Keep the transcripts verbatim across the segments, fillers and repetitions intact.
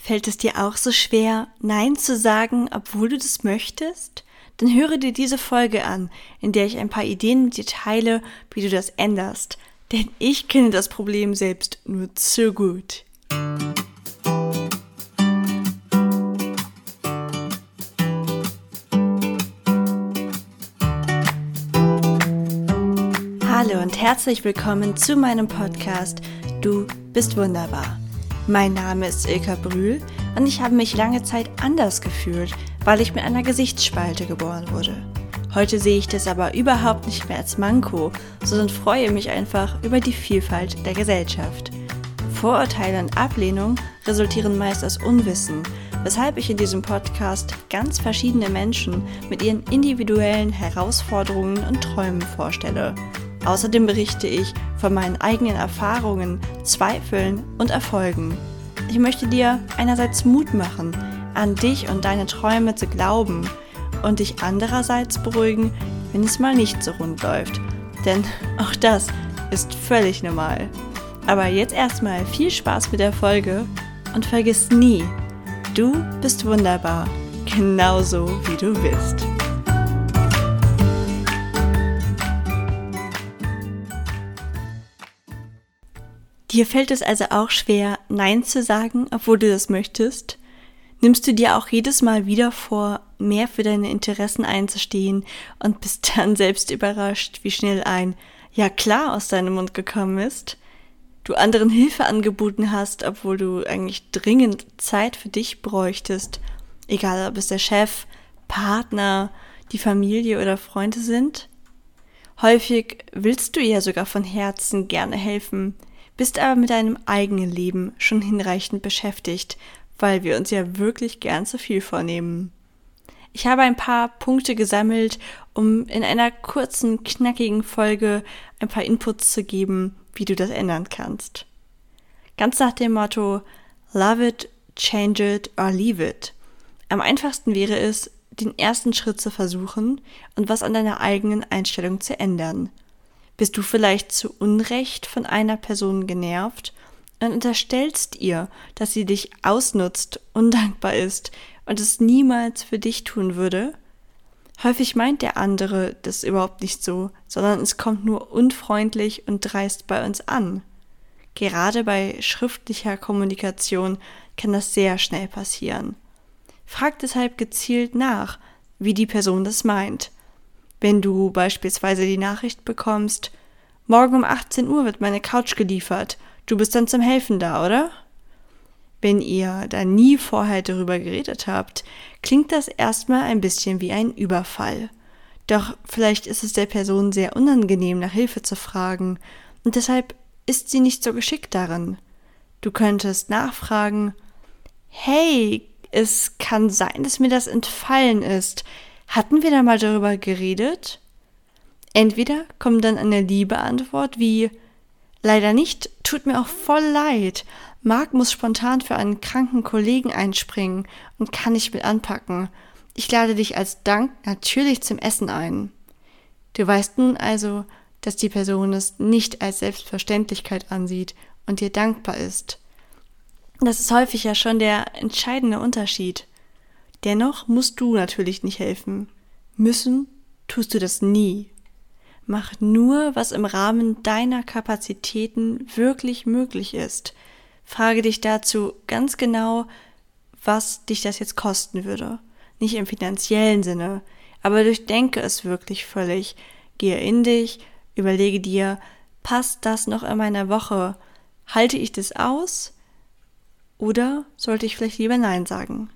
Fällt es dir auch so schwer, Nein zu sagen, obwohl du das möchtest? Dann höre dir diese Folge an, in der ich ein paar Ideen mit dir teile, wie du das änderst. Denn ich kenne das Problem selbst nur zu gut. Hallo und herzlich willkommen zu meinem Podcast Du bist wunderbar. Mein Name ist Ilka Brühl und ich habe mich lange Zeit anders gefühlt, weil ich mit einer Gesichtsspalte geboren wurde. Heute sehe ich das aber überhaupt nicht mehr als Manko, sondern freue mich einfach über die Vielfalt der Gesellschaft. Vorurteile und Ablehnung resultieren meist aus Unwissen, weshalb ich in diesem Podcast ganz verschiedene Menschen mit ihren individuellen Herausforderungen und Träumen vorstelle. Außerdem berichte ich von meinen eigenen Erfahrungen, Zweifeln und Erfolgen. Ich möchte dir einerseits Mut machen, an dich und deine Träume zu glauben und dich andererseits beruhigen, wenn es mal nicht so rund läuft. Denn auch das ist völlig normal. Aber jetzt erstmal viel Spaß mit der Folge und vergiss nie, du bist wunderbar, genauso wie du bist. Dir fällt es also auch schwer, Nein zu sagen, obwohl du das möchtest? Nimmst du dir auch jedes Mal wieder vor, mehr für deine Interessen einzustehen und bist dann selbst überrascht, wie schnell ein Ja klar aus deinem Mund gekommen ist? Du anderen Hilfe angeboten hast, obwohl du eigentlich dringend Zeit für dich bräuchtest, egal ob es der Chef, Partner, die Familie oder Freunde sind? Häufig willst du ja sogar von Herzen gerne helfen, bist aber mit deinem eigenen Leben schon hinreichend beschäftigt, weil wir uns ja wirklich gern zu viel vornehmen. Ich habe ein paar Punkte gesammelt, um in einer kurzen, knackigen Folge ein paar Inputs zu geben, wie du das ändern kannst. Ganz nach dem Motto Love it, change it or leave it. Am einfachsten wäre es, den ersten Schritt zu versuchen und was an deiner eigenen Einstellung zu ändern. Bist du vielleicht zu Unrecht von einer Person genervt und unterstellst ihr, dass sie dich ausnutzt, undankbar ist und es niemals für dich tun würde? Häufig meint der andere das überhaupt nicht so, sondern es kommt nur unfreundlich und dreist bei uns an. Gerade bei schriftlicher Kommunikation kann das sehr schnell passieren. Frag deshalb gezielt nach, wie die Person das meint. Wenn du beispielsweise die Nachricht bekommst, morgen um achtzehn Uhr wird meine Couch geliefert, du bist dann zum Helfen da, oder? Wenn ihr da nie vorher darüber geredet habt, klingt das erstmal ein bisschen wie ein Überfall. Doch vielleicht ist es der Person sehr unangenehm, nach Hilfe zu fragen und deshalb ist sie nicht so geschickt darin. Du könntest nachfragen, hey, es kann sein, dass mir das entfallen ist. Hatten wir da mal darüber geredet? Entweder kommt dann eine liebe Antwort wie Leider nicht, tut mir auch voll leid. Marc muss spontan für einen kranken Kollegen einspringen und kann nicht mit anpacken. Ich lade dich als Dank natürlich zum Essen ein. Du weißt nun also, dass die Person es nicht als Selbstverständlichkeit ansieht und dir dankbar ist. Das ist häufig ja schon der entscheidende Unterschied. Dennoch musst du natürlich nicht helfen. Müssen tust du das nie. Mach nur, was im Rahmen deiner Kapazitäten wirklich möglich ist. Frage dich dazu ganz genau, was dich das jetzt kosten würde. Nicht im finanziellen Sinne, aber durchdenke es wirklich völlig. Gehe in dich, überlege dir, passt das noch in meiner Woche? Halte ich das aus? Oder sollte ich vielleicht lieber Nein sagen?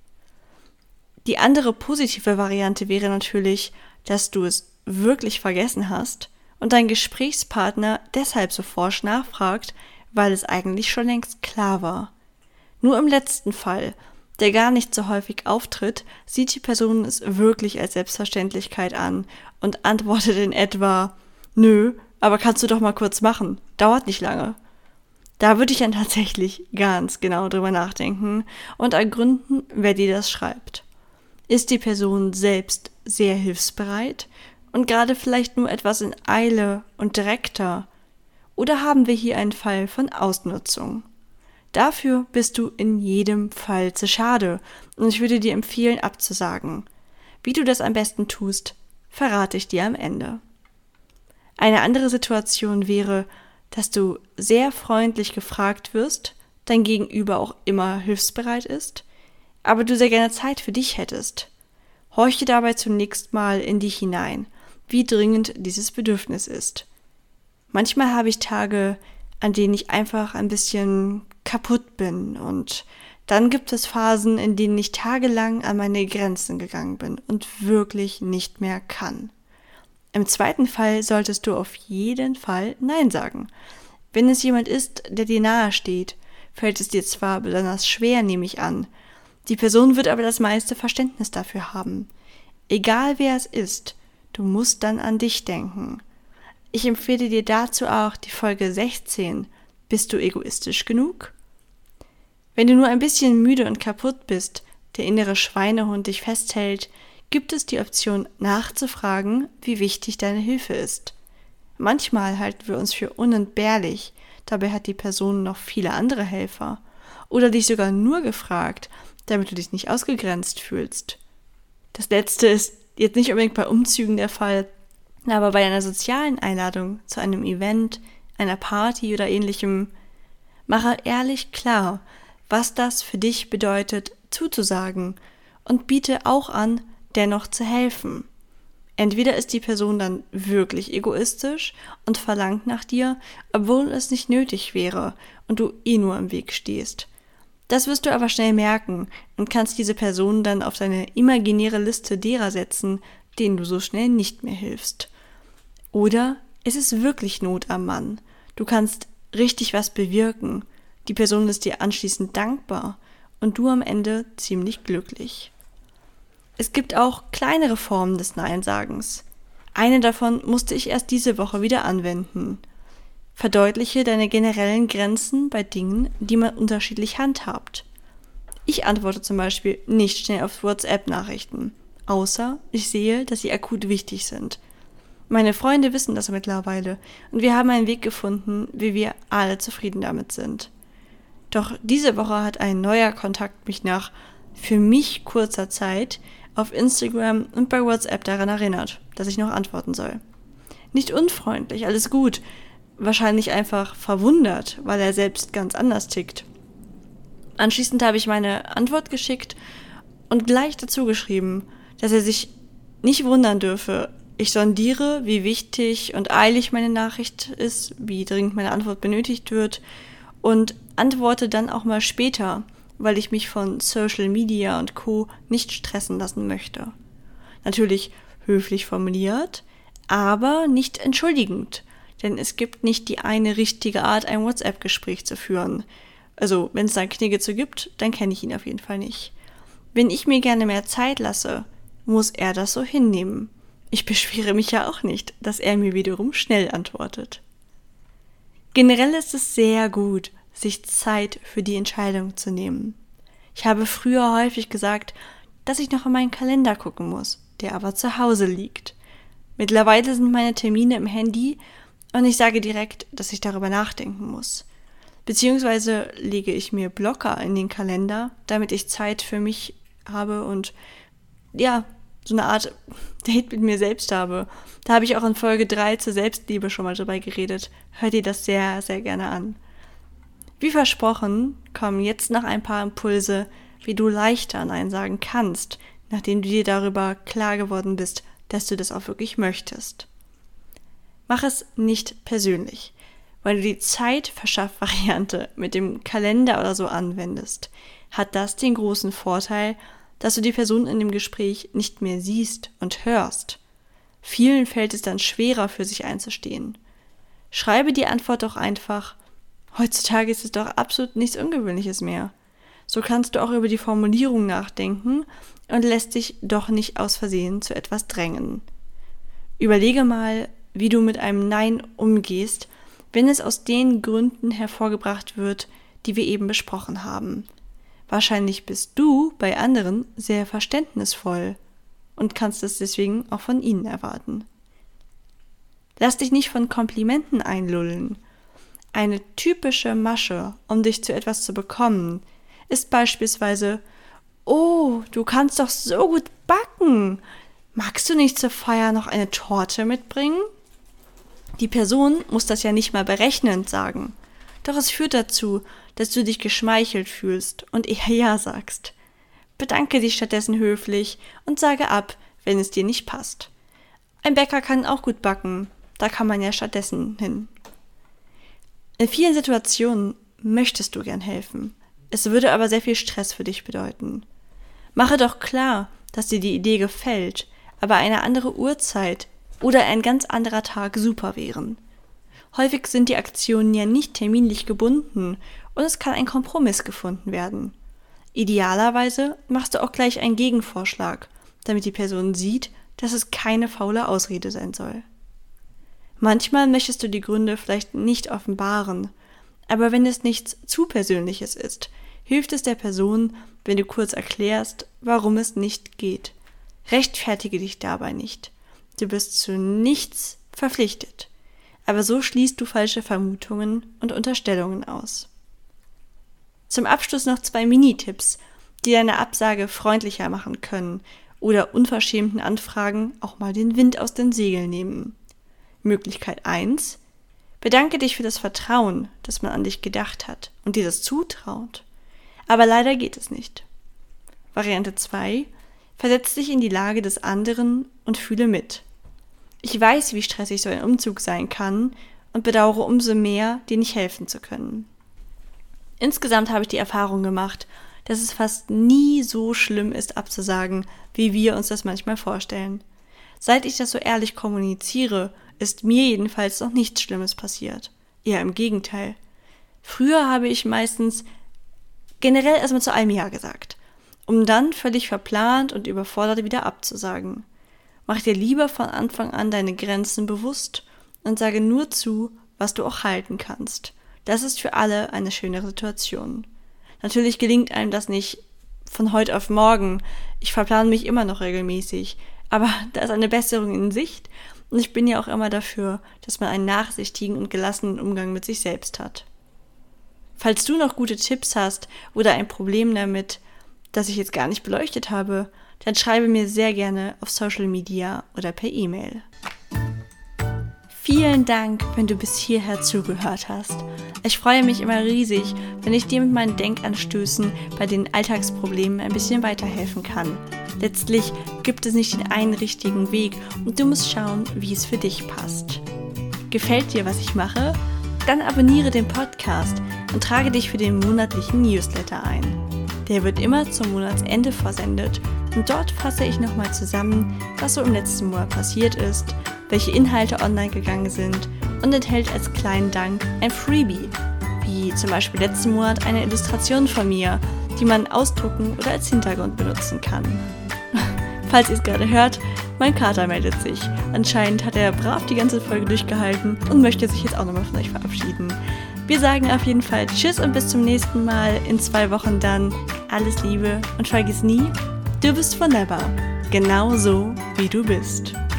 Die andere positive Variante wäre natürlich, dass du es wirklich vergessen hast und dein Gesprächspartner deshalb so forsch nachfragt, weil es eigentlich schon längst klar war. Nur im letzten Fall, der gar nicht so häufig auftritt, sieht die Person es wirklich als Selbstverständlichkeit an und antwortet in etwa, nö, aber kannst du doch mal kurz machen, dauert nicht lange. Da würde ich dann tatsächlich ganz genau drüber nachdenken und ergründen, wer dir das schreibt. Ist die Person selbst sehr hilfsbereit und gerade vielleicht nur etwas in Eile und direkter? Oder haben wir hier einen Fall von Ausnutzung? Dafür bist du in jedem Fall zu schade und ich würde dir empfehlen, abzusagen. Wie du das am besten tust, verrate ich dir am Ende. Eine andere Situation wäre, dass du sehr freundlich gefragt wirst, dein Gegenüber auch immer hilfsbereit ist, aber du sehr gerne Zeit für dich hättest. Horche dabei zunächst mal in dich hinein, wie dringend dieses Bedürfnis ist. Manchmal habe ich Tage, an denen ich einfach ein bisschen kaputt bin und dann gibt es Phasen, in denen ich tagelang an meine Grenzen gegangen bin und wirklich nicht mehr kann. Im zweiten Fall solltest du auf jeden Fall Nein sagen. Wenn es jemand ist, der dir nahe steht, fällt es dir zwar besonders schwer, nehme ich an, die Person wird aber das meiste Verständnis dafür haben. Egal wer es ist, du musst dann an dich denken. Ich empfehle dir dazu auch die Folge sechzehn. Bist du egoistisch genug? Wenn du nur ein bisschen müde und kaputt bist, der innere Schweinehund dich festhält, gibt es die Option nachzufragen, wie wichtig deine Hilfe ist. Manchmal halten wir uns für unentbehrlich, dabei hat die Person noch viele andere Helfer. Oder dich sogar nur gefragt, damit du dich nicht ausgegrenzt fühlst. Das letzte ist jetzt nicht unbedingt bei Umzügen der Fall, aber bei einer sozialen Einladung zu einem Event, einer Party oder ähnlichem, mache ehrlich klar, was das für dich bedeutet, zuzusagen und biete auch an, dennoch zu helfen. Entweder ist die Person dann wirklich egoistisch und verlangt nach dir, obwohl es nicht nötig wäre und du eh nur im Weg stehst. Das wirst du aber schnell merken und kannst diese Person dann auf deine imaginäre Liste derer setzen, denen du so schnell nicht mehr hilfst. Oder es ist wirklich Not am Mann. Du kannst richtig was bewirken. Die Person ist dir anschließend dankbar und du am Ende ziemlich glücklich. Es gibt auch kleinere Formen des Neinsagens. Eine davon musste ich erst diese Woche wieder anwenden. Verdeutliche deine generellen Grenzen bei Dingen, die man unterschiedlich handhabt. Ich antworte zum Beispiel nicht schnell auf WhatsApp-Nachrichten, außer ich sehe, dass sie akut wichtig sind. Meine Freunde wissen das mittlerweile und wir haben einen Weg gefunden, wie wir alle zufrieden damit sind. Doch diese Woche hat ein neuer Kontakt mich nach für mich kurzer Zeit auf Instagram und bei WhatsApp daran erinnert, dass ich noch antworten soll. Nicht unfreundlich, alles gut, wahrscheinlich einfach verwundert, weil er selbst ganz anders tickt. Anschließend habe ich meine Antwort geschickt und gleich dazu geschrieben, dass er sich nicht wundern dürfe. Ich sondiere, wie wichtig und eilig meine Nachricht ist, wie dringend meine Antwort benötigt wird und antworte dann auch mal später, weil ich mich von Social Media und Co. nicht stressen lassen möchte. Natürlich höflich formuliert, aber nicht entschuldigend, denn es gibt nicht die eine richtige Art, ein WhatsApp-Gespräch zu führen. Also, wenn es da Knigge zu gibt, dann kenne ich ihn auf jeden Fall nicht. Wenn ich mir gerne mehr Zeit lasse, muss er das so hinnehmen. Ich beschwere mich ja auch nicht, dass er mir wiederum schnell antwortet. Generell ist es sehr gut, sich Zeit für die Entscheidung zu nehmen. Ich habe früher häufig gesagt, dass ich noch in meinen Kalender gucken muss, der aber zu Hause liegt. Mittlerweile sind meine Termine im Handy und ich sage direkt, dass ich darüber nachdenken muss. Beziehungsweise lege ich mir Blocker in den Kalender, damit ich Zeit für mich habe und ja, so eine Art Date mit mir selbst habe. Da habe ich auch in Folge drei zur Selbstliebe schon mal drüber geredet. Hört ihr das sehr, sehr gerne an. Wie versprochen, kommen jetzt noch ein paar Impulse, wie du leichter Nein sagen kannst, nachdem du dir darüber klar geworden bist, dass du das auch wirklich möchtest. Mach es nicht persönlich, weil du die Zeitverschaff-Variante mit dem Kalender oder so anwendest, hat das den großen Vorteil, dass du die Person in dem Gespräch nicht mehr siehst und hörst. Vielen fällt es dann schwerer, für sich einzustehen. Schreibe die Antwort doch einfach: Heutzutage ist es doch absolut nichts Ungewöhnliches mehr. So kannst du auch über die Formulierung nachdenken und lässt dich doch nicht aus Versehen zu etwas drängen. Überlege mal, wie du mit einem Nein umgehst, wenn es aus den Gründen hervorgebracht wird, die wir eben besprochen haben. Wahrscheinlich bist du bei anderen sehr verständnisvoll und kannst es deswegen auch von ihnen erwarten. Lass dich nicht von Komplimenten einlullen. Eine typische Masche, um dich zu etwas zu bekommen, ist beispielsweise: Oh, du kannst doch so gut backen. Magst du nicht zur Feier noch eine Torte mitbringen? Die Person muss das ja nicht mal berechnend sagen. Doch es führt dazu, dass du dich geschmeichelt fühlst und eher Ja sagst. Bedanke dich stattdessen höflich und sage ab, wenn es dir nicht passt. Ein Bäcker kann auch gut backen, da kann man ja stattdessen hin. In vielen Situationen möchtest du gern helfen. Es würde aber sehr viel Stress für dich bedeuten. Mache doch klar, dass dir die Idee gefällt, aber eine andere Uhrzeit oder ein ganz anderer Tag super wären. Häufig sind die Aktionen ja nicht terminlich gebunden und es kann ein Kompromiss gefunden werden. Idealerweise machst du auch gleich einen Gegenvorschlag, damit die Person sieht, dass es keine faule Ausrede sein soll. Manchmal möchtest du die Gründe vielleicht nicht offenbaren, aber wenn es nichts zu Persönliches ist, hilft es der Person, wenn du kurz erklärst, warum es nicht geht. Rechtfertige dich dabei nicht. Du bist zu nichts verpflichtet. Aber so schließt du falsche Vermutungen und Unterstellungen aus. Zum Abschluss noch zwei Minitipps, die deine Absage freundlicher machen können oder unverschämten Anfragen auch mal den Wind aus den Segeln nehmen. Möglichkeit eins: Bedanke dich für das Vertrauen, das man an dich gedacht hat und dir das zutraut. Aber leider geht es nicht. Variante zwei: Versetz dich in die Lage des anderen und fühle mit. Ich weiß, wie stressig so ein Umzug sein kann und bedauere umso mehr, dir nicht helfen zu können. Insgesamt habe ich die Erfahrung gemacht, dass es fast nie so schlimm ist abzusagen, wie wir uns das manchmal vorstellen. Seit ich das so ehrlich kommuniziere, ist mir jedenfalls noch nichts Schlimmes passiert. Eher im Gegenteil. Früher habe ich meistens generell erstmal zu allem Ja gesagt, um dann völlig verplant und überfordert wieder abzusagen. Mach dir lieber von Anfang an deine Grenzen bewusst und sage nur zu, was du auch halten kannst. Das ist für alle eine schönere Situation. Natürlich gelingt einem das nicht von heute auf morgen. Ich verplane mich immer noch regelmäßig, aber da ist eine Besserung in Sicht und ich bin ja auch immer dafür, dass man einen nachsichtigen und gelassenen Umgang mit sich selbst hat. Falls du noch gute Tipps hast oder ein Problem damit, das ich jetzt gar nicht beleuchtet habe, dann schreibe mir sehr gerne auf Social Media oder per E-Mail. Vielen Dank, wenn du bis hierher zugehört hast. Ich freue mich immer riesig, wenn ich dir mit meinen Denkanstößen bei den Alltagsproblemen ein bisschen weiterhelfen kann. Letztlich gibt es nicht den einen richtigen Weg und du musst schauen, wie es für dich passt. Gefällt dir, was ich mache? Dann abonniere den Podcast und trage dich für den monatlichen Newsletter ein. Der wird immer zum Monatsende versendet und dort fasse ich nochmal zusammen, was so im letzten Monat passiert ist, welche Inhalte online gegangen sind und enthält als kleinen Dank ein Freebie, wie zum Beispiel letzten Monat eine Illustration von mir, die man ausdrucken oder als Hintergrund benutzen kann. Falls ihr es gerade hört, mein Kater meldet sich. Anscheinend hat er brav die ganze Folge durchgehalten und möchte sich jetzt auch nochmal von euch verabschieden. Wir sagen auf jeden Fall Tschüss und bis zum nächsten Mal. In zwei Wochen dann. Alles Liebe und vergiss nie, du bist wunderbar. Genau so, wie du bist.